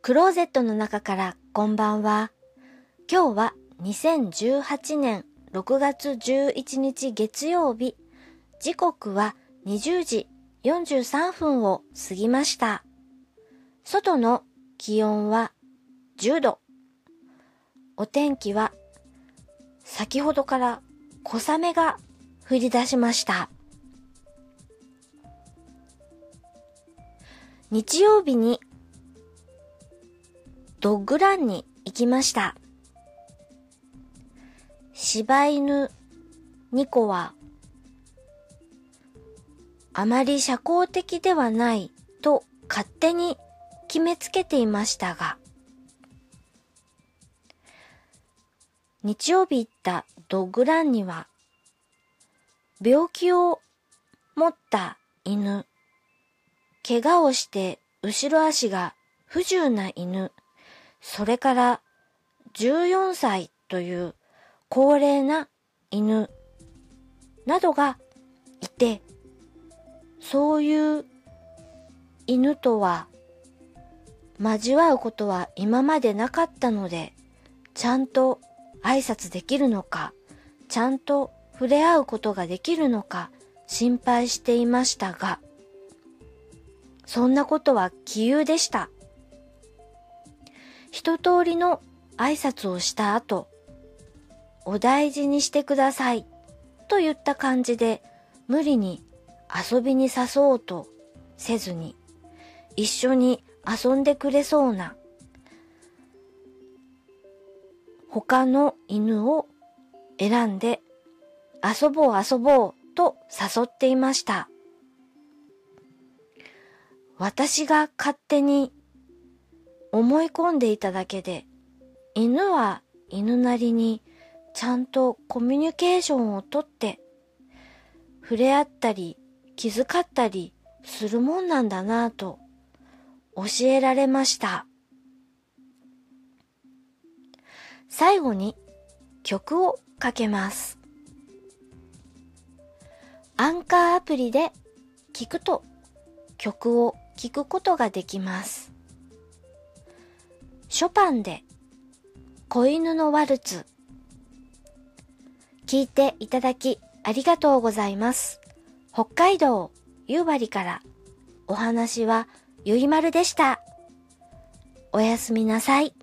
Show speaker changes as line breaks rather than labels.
クローゼットの中からこんばんは。今日は2018年6月11日月曜日。時刻は20時43分を過ぎました。外の気温は10度。お天気は先ほどから小雨が降り出しました。日曜日にドッグランに行きました。柴犬2個はあまり社交的ではないと勝手に決めつけていましたが、日曜日行ったドッグランには病気を持った犬、怪我をして後ろ足が不自由な犬、それから14歳という高齢な犬などがいて、そういう犬とは交わうことは今までなかったので、ちゃんと挨拶できるのか、ちゃんと触れ合うことができるのか心配していましたが、そんなことは杞憂でした。一通りの挨拶をした後、お大事にしてくださいといった感じで無理に遊びに誘おうとせずに、一緒に遊んでくれそうな他の犬を選んで遊ぼう遊ぼうと誘っていました。私が勝手に思い込んでいただけで、犬は犬なりにちゃんとコミュニケーションをとって触れ合ったり気遣ったりするもんなんだなぁと教えられました。最後に曲をかけます。アンカーアプリで聞くと曲を聴くことができます。ショパンで子犬のワルツ。聞いていただきありがとうございます。北海道夕張からお話はゆいまるでした。おやすみなさい。